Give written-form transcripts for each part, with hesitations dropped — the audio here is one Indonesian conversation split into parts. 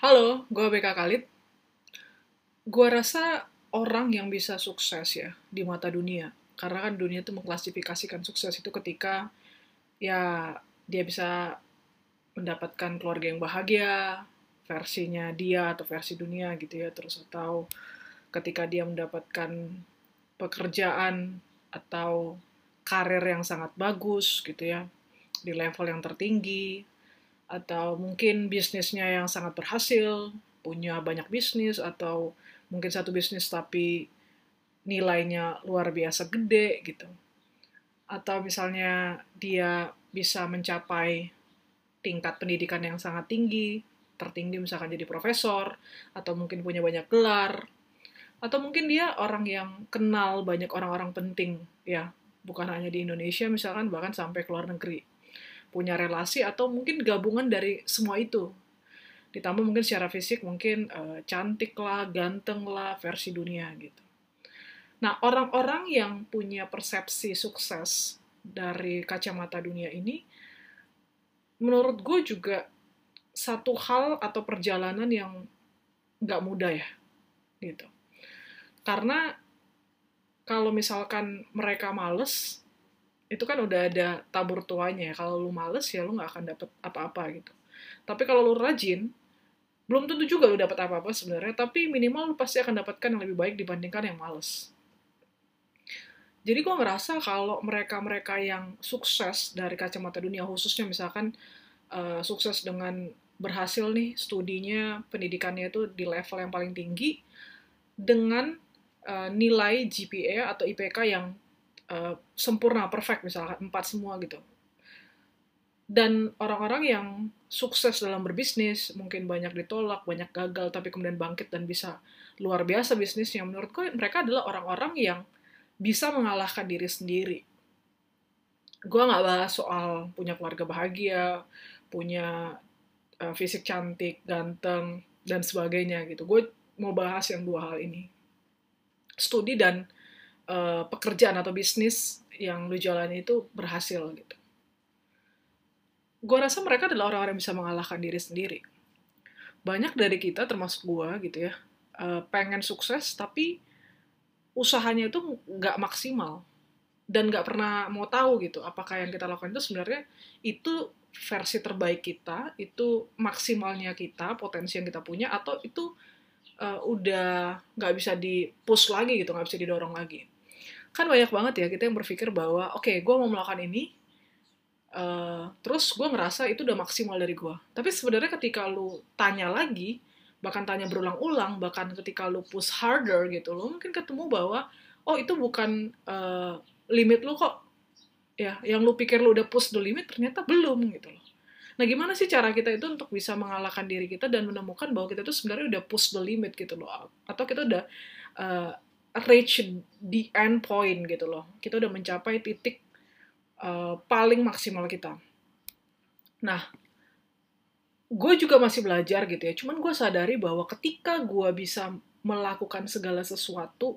Halo, gue BK Khalid. Gue rasa orang yang bisa sukses ya di mata dunia. Karena kan dunia itu mengklasifikasikan sukses itu ketika ya dia bisa mendapatkan keluarga yang bahagia, versinya dia atau versi dunia gitu ya. Terus atau ketika dia mendapatkan pekerjaan atau karir yang sangat bagus gitu ya, di level yang tertinggi, atau mungkin bisnisnya yang sangat berhasil, punya banyak bisnis, atau mungkin satu bisnis tapi nilainya luar biasa gede gitu. Atau misalnya dia bisa mencapai tingkat pendidikan yang sangat tinggi, tertinggi misalkan jadi profesor, atau mungkin punya banyak gelar, atau mungkin dia orang yang kenal banyak orang-orang penting ya, bukan hanya di Indonesia misalkan, bahkan sampai ke luar negeri. Punya relasi atau mungkin gabungan dari semua itu. Ditambah mungkin secara fisik mungkin cantik lah, ganteng lah, versi dunia gitu. Nah, orang-orang yang punya persepsi sukses dari kacamata dunia ini, menurut gue juga satu hal atau perjalanan yang nggak mudah ya, gitu. Karena kalau misalkan mereka males, itu kan udah ada tabur tuanya ya. Kalau lu males ya lu nggak akan dapet apa-apa gitu. Tapi kalau lu rajin, belum tentu juga lu dapat apa-apa sebenarnya, tapi minimal lu pasti akan dapatkan yang lebih baik dibandingkan yang males. Jadi gue ngerasa kalau mereka-mereka yang sukses dari kacamata dunia, khususnya misalkan sukses dengan berhasil nih studinya, pendidikannya itu di level yang paling tinggi, dengan nilai GPA atau IPK yang sempurna, perfect misalkan, 4 semua gitu. Dan orang-orang yang sukses dalam berbisnis, mungkin banyak ditolak, banyak gagal, tapi kemudian bangkit dan bisa luar biasa bisnisnya. Menurutku mereka adalah orang-orang yang bisa mengalahkan diri sendiri. Gue nggak bahas soal punya keluarga bahagia, punya fisik cantik, ganteng, dan sebagainya gitu. Gue mau bahas yang dua hal ini. Studi dan pekerjaan atau bisnis yang lu jalani itu berhasil gitu. Gue rasa mereka adalah orang-orang yang bisa mengalahkan diri sendiri. Banyak dari kita, termasuk gue gitu ya, pengen sukses tapi usahanya itu nggak maksimal dan nggak pernah mau tahu gitu apakah yang kita lakukan itu sebenarnya itu versi terbaik kita, itu maksimalnya kita, potensi yang kita punya, atau itu udah nggak bisa di-push lagi gitu, nggak bisa didorong lagi. Kan banyak banget ya kita yang berpikir bahwa oke, gue mau melakukan ini, terus gue ngerasa itu udah maksimal dari gue. Tapi sebenarnya ketika lu tanya lagi, bahkan tanya berulang-ulang, bahkan ketika lu push harder gitu, lu mungkin ketemu bahwa, oh itu bukan limit lu kok. Ya, yang lu pikir lu udah push the limit, ternyata belum gitu loh. Nah, gimana sih cara kita itu untuk bisa mengalahkan diri kita dan menemukan bahwa kita itu sebenarnya udah push the limit gitu loh. Atau kita udah uh, reach the end point gitu loh. Kita udah mencapai titik paling maksimal kita. Nah, gue juga masih belajar gitu ya. Cuman gue sadari bahwa ketika gue bisa melakukan segala sesuatu,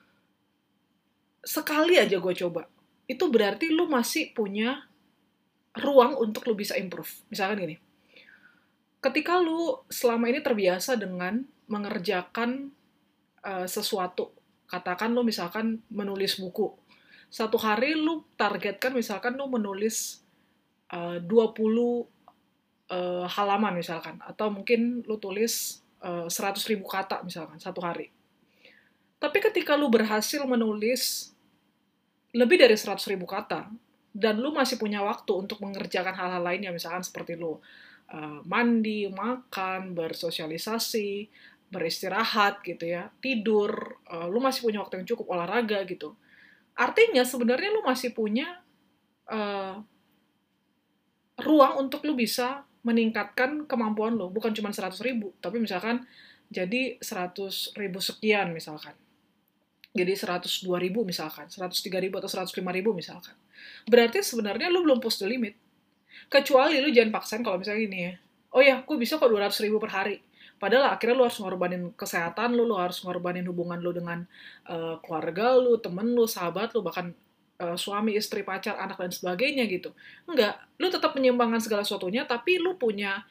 sekali aja gue coba, itu berarti lu masih punya ruang untuk lu bisa improve. Misalkan gini, ketika lu selama ini terbiasa dengan mengerjakan sesuatu, katakan lu misalkan menulis buku, satu hari lu targetkan misalkan lu menulis 20 halaman misalkan, atau mungkin lu tulis 100.000 kata misalkan satu hari. Tapi ketika lu berhasil menulis lebih dari 100.000 kata, dan lu masih punya waktu untuk mengerjakan hal-hal lainnya, misalkan seperti lu mandi, makan, bersosialisasi, beristirahat gitu ya, tidur, lu masih punya waktu yang cukup olahraga gitu. Artinya sebenarnya lu masih punya uh, ruang untuk lu bisa meningkatkan kemampuan lo, bukan cuma 100.000, tapi misalkan jadi 100.000 sekian misalkan. Jadi 102.000 misalkan, 103.000 atau 105.000 misalkan. Berarti sebenarnya lu belum push the limit. Kecuali lu jangan paksain kalau misalnya gini ya, oh ya, aku bisa kok 200.000 per hari. Padahal akhirnya lu harus ngorbanin kesehatan lu harus ngorbanin hubungan lu dengan keluarga lu, temen lu, sahabat lu, bahkan suami, istri, pacar, anak, dan sebagainya gitu. Enggak, lu tetap menyeimbangkan segala sesuatunya, tapi lu punya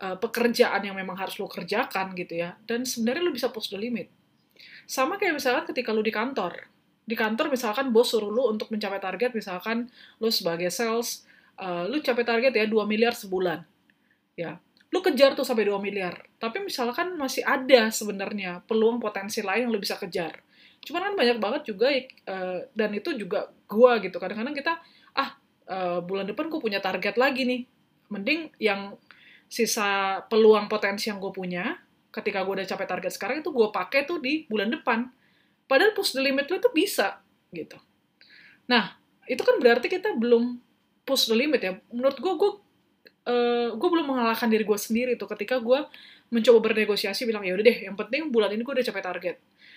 pekerjaan yang memang harus lo kerjakan gitu ya, dan sebenarnya lo bisa push the limit. Sama kayak misalkan ketika lo di kantor. Di kantor misalkan bos suruh lo untuk mencapai target, misalkan lo sebagai sales, lo capai target ya 2 miliar sebulan. Ya, lu kejar tuh sampai 2 miliar. Tapi misalkan masih ada sebenarnya peluang potensi lain yang lu bisa kejar. Cuman kan banyak banget juga, dan itu juga gua gitu. Kadang-kadang kita, bulan depan gua punya target lagi nih. Mending yang sisa peluang potensi yang gue punya, ketika gue udah capai target sekarang, itu gue pakai tuh di bulan depan. Padahal push the limit lu tuh bisa, gitu. Nah, itu kan berarti kita belum push the limit ya. Menurut gue belum mengalahkan diri gue sendiri tuh ketika gue mencoba bernegosiasi bilang ya udah deh, yang penting bulan ini gue udah capai target.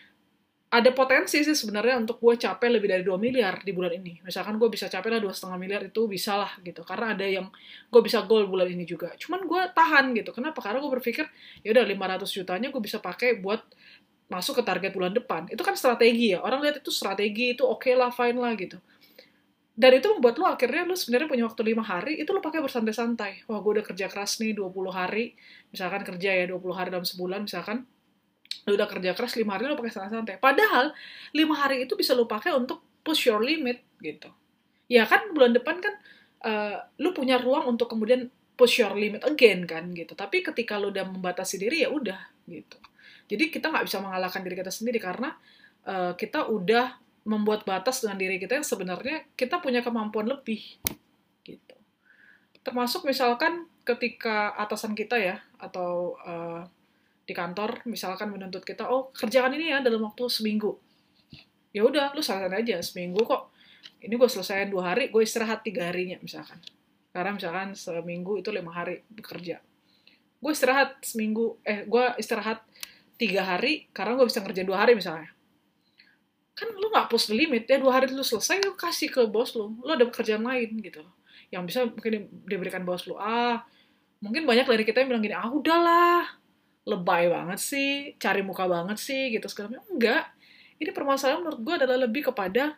Ada potensi sih sebenarnya untuk gue capai lebih dari 2 miliar di bulan ini. Misalkan gue bisa capai lah 2,5 miliar, itu bisa lah gitu. Karena ada yang gue bisa goal bulan ini juga. Cuman gue tahan gitu. Kenapa? Karena gue berpikir ya udah 500 jutanya gue bisa pakai buat masuk ke target bulan depan. Itu kan strategi ya. Orang lihat itu strategi, itu oke lah, fine lah gitu. Dan itu membuat lo akhirnya lo sebenarnya punya waktu 5 hari, itu lo pakai bersantai-santai. Wah, gue udah kerja keras nih 20 hari, misalkan kerja ya 20 hari dalam sebulan, misalkan lo udah kerja keras 5 hari, lo pakai santai-santai. Padahal 5 hari itu bisa lo pakai untuk push your limit gitu. Ya kan bulan depan kan lo punya ruang untuk kemudian push your limit again kan gitu. Tapi ketika lo udah membatasi diri ya udah gitu. Jadi kita nggak bisa mengalahkan diri kita sendiri karena kita udah membuat batas dengan diri kita yang sebenarnya kita punya kemampuan lebih gitu. Termasuk misalkan ketika atasan kita ya atau di kantor misalkan menuntut kita, oh kerjakan ini ya dalam waktu seminggu. Ya udah, lu selesai aja seminggu kok. Ini gue selesaiin 2 hari, gue istirahat 3 harinya misalkan. Karena misalkan seminggu itu 5 hari bekerja. Gue istirahat seminggu, gue istirahat 3 hari karena gue bisa ngerjain 2 hari misalnya. Kan lu nggak push the limit ya, 2 hari lu selesai lu kasih ke bos lu ada pekerjaan lain gitu yang bisa mungkin diberikan bos lu. Mungkin banyak dari kita yang bilang gini, udahlah, lebay banget sih, cari muka banget sih gitu segala macam. Enggak, ini permasalahan menurut gue adalah lebih kepada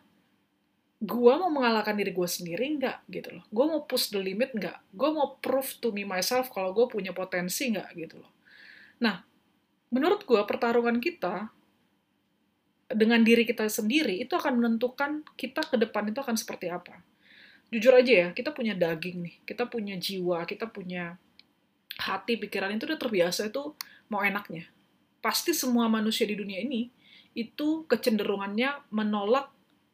gue mau mengalahkan diri gue sendiri enggak gitu loh, gue mau push the limit enggak, gue mau prove to me myself kalau gue punya potensi enggak gitu loh. Nah, menurut gue pertarungan kita dengan diri kita sendiri itu akan menentukan kita ke depan itu akan seperti apa. Jujur aja ya, kita punya daging nih, kita punya jiwa, kita punya hati, pikiran itu udah terbiasa itu mau enaknya. Pasti semua manusia di dunia ini itu kecenderungannya menolak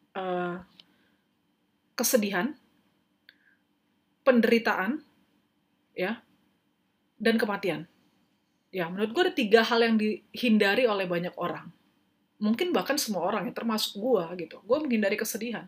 kesedihan, penderitaan, ya, dan kematian. Ya, menurut gue ada 3 hal yang dihindari oleh banyak orang. Mungkin bahkan semua orang ya, termasuk gue gitu. Gue menghindari kesedihan.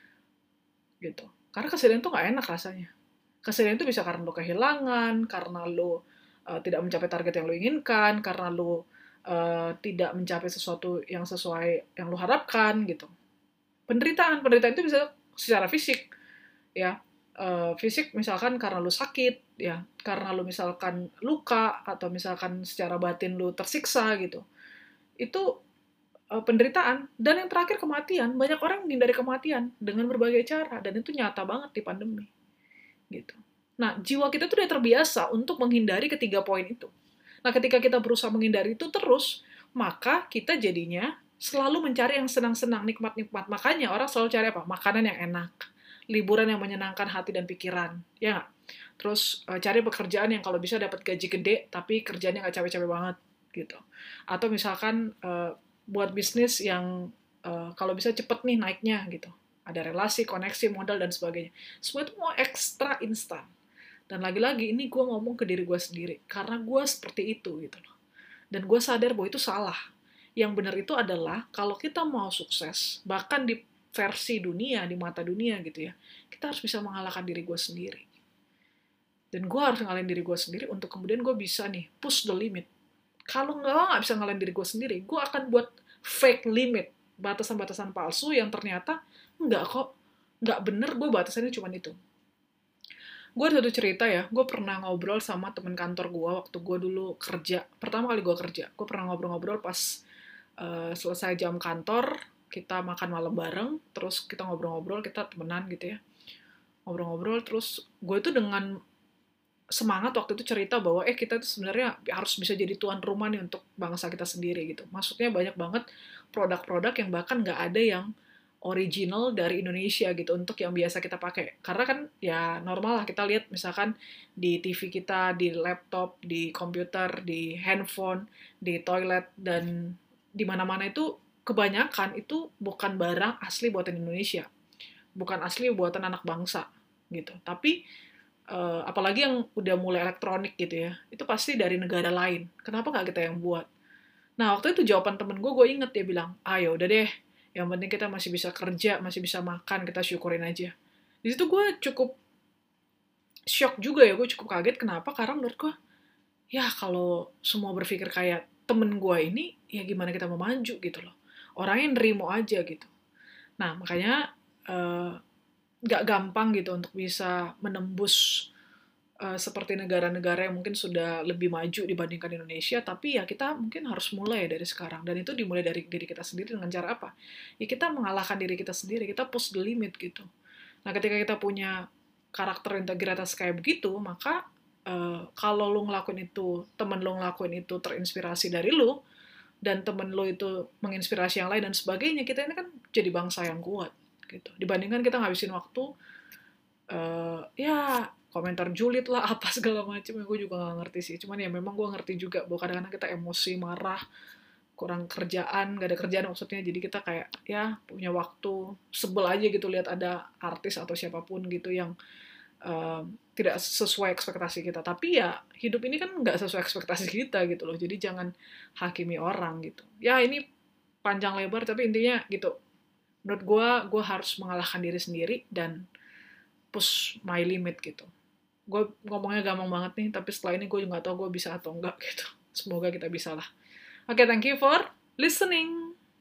Gitu. Karena kesedihan itu nggak enak rasanya. Kesedihan itu bisa karena lo kehilangan, karena lo tidak mencapai target yang lo inginkan, karena lo tidak mencapai sesuatu yang sesuai yang lo harapkan gitu. Penderitaan itu bisa secara fisik, ya. Fisik misalkan karena lo sakit, ya, karena lo misalkan luka atau misalkan secara batin lo tersiksa gitu. Itu penderitaan. Dan yang terakhir kematian. Banyak orang menghindari kematian dengan berbagai cara, dan itu nyata banget di pandemi gitu. Nah, jiwa kita tuh udah terbiasa untuk menghindari ketiga poin itu. Nah, ketika kita berusaha menghindari itu terus, maka kita jadinya selalu mencari yang senang-senang, nikmat-nikmat. Makanya orang selalu cari apa? Makanan yang enak, liburan yang menyenangkan hati dan pikiran, ya nggak? Terus cari pekerjaan yang kalau bisa dapat gaji gede, tapi kerjanya nggak capek-capek banget gitu. Atau misalkan buat bisnis yang kalau bisa cepet nih naiknya gitu. Ada relasi, koneksi, modal, dan sebagainya. Semua itu mau ekstra instan. Dan lagi-lagi ini gue ngomong ke diri gue sendiri. Karena gue seperti itu gitu loh. Dan gue sadar bahwa itu salah. Yang benar itu adalah kalau kita mau sukses, bahkan di versi dunia, di mata dunia gitu ya, kita harus bisa mengalahkan diri gue sendiri. Dan gue harus ngalahin diri gue sendiri untuk kemudian gue bisa nih push the limit. Kalau nggak bisa ngalahin diri gue sendiri, gue akan buat fake limit, batasan-batasan palsu yang ternyata nggak kok, nggak bener, gue batasannya cuma itu. Gue ada satu cerita ya, gue pernah ngobrol sama temen kantor gue waktu gue dulu kerja, pertama kali gue kerja, gue pernah ngobrol-ngobrol pas selesai jam kantor, kita makan malam bareng, terus kita ngobrol-ngobrol, kita temenan gitu ya, ngobrol-ngobrol, terus gue itu dengan semangat waktu itu cerita bahwa kita tuh sebenarnya harus bisa jadi tuan rumah nih untuk bangsa kita sendiri gitu. Maksudnya banyak banget produk-produk yang bahkan nggak ada yang original dari Indonesia gitu untuk yang biasa kita pakai. Karena kan ya normal lah kita lihat misalkan di TV kita, di laptop, di komputer, di handphone, di toilet, dan di mana-mana itu kebanyakan itu bukan barang asli buatan Indonesia. Bukan asli buatan anak bangsa gitu. Tapi apalagi yang udah mulai elektronik gitu ya, itu pasti dari negara lain. Kenapa nggak kita yang buat? Nah, waktu itu jawaban temen gue inget dia bilang, ya udah deh, yang penting kita masih bisa kerja, masih bisa makan, kita syukurin aja. Di situ gue cukup shock juga ya, gue cukup kaget. Kenapa? Karena menurut gue, ya kalau semua berpikir kayak temen gue ini, ya gimana kita mau maju gitu loh. Orangnya nerimo aja gitu. Nah, makanya nggak gampang gitu untuk bisa menembus seperti negara-negara yang mungkin sudah lebih maju dibandingkan Indonesia, tapi ya kita mungkin harus mulai dari sekarang. Dan itu dimulai dari diri kita sendiri dengan cara apa? Ya kita mengalahkan diri kita sendiri, kita push the limit gitu. Nah ketika kita punya karakter integritas kayak begitu, maka kalau lo ngelakuin itu, temen lo ngelakuin itu terinspirasi dari lo, dan temen lo itu menginspirasi yang lain dan sebagainya, kita ini kan jadi bangsa yang kuat gitu. Dibandingkan kita ngabisin waktu ya komentar julid lah apa segala macam ya gue juga gak ngerti sih, cuman ya memang gue ngerti juga bahwa kadang-kadang kita emosi, marah, kurang kerjaan, gak ada kerjaan maksudnya, jadi kita kayak ya punya waktu sebel aja gitu lihat ada artis atau siapapun gitu yang tidak sesuai ekspektasi kita. Tapi ya hidup ini kan nggak sesuai ekspektasi kita gitu loh, jadi jangan hakimi orang gitu. Ya ini panjang lebar tapi intinya gitu, menurut gue harus mengalahkan diri sendiri dan push my limit gitu. Gue ngomongnya gampang banget nih, tapi setelah ini gue juga gak tau gue bisa atau enggak gitu. Semoga kita bisa lah. Oke, thank you for listening.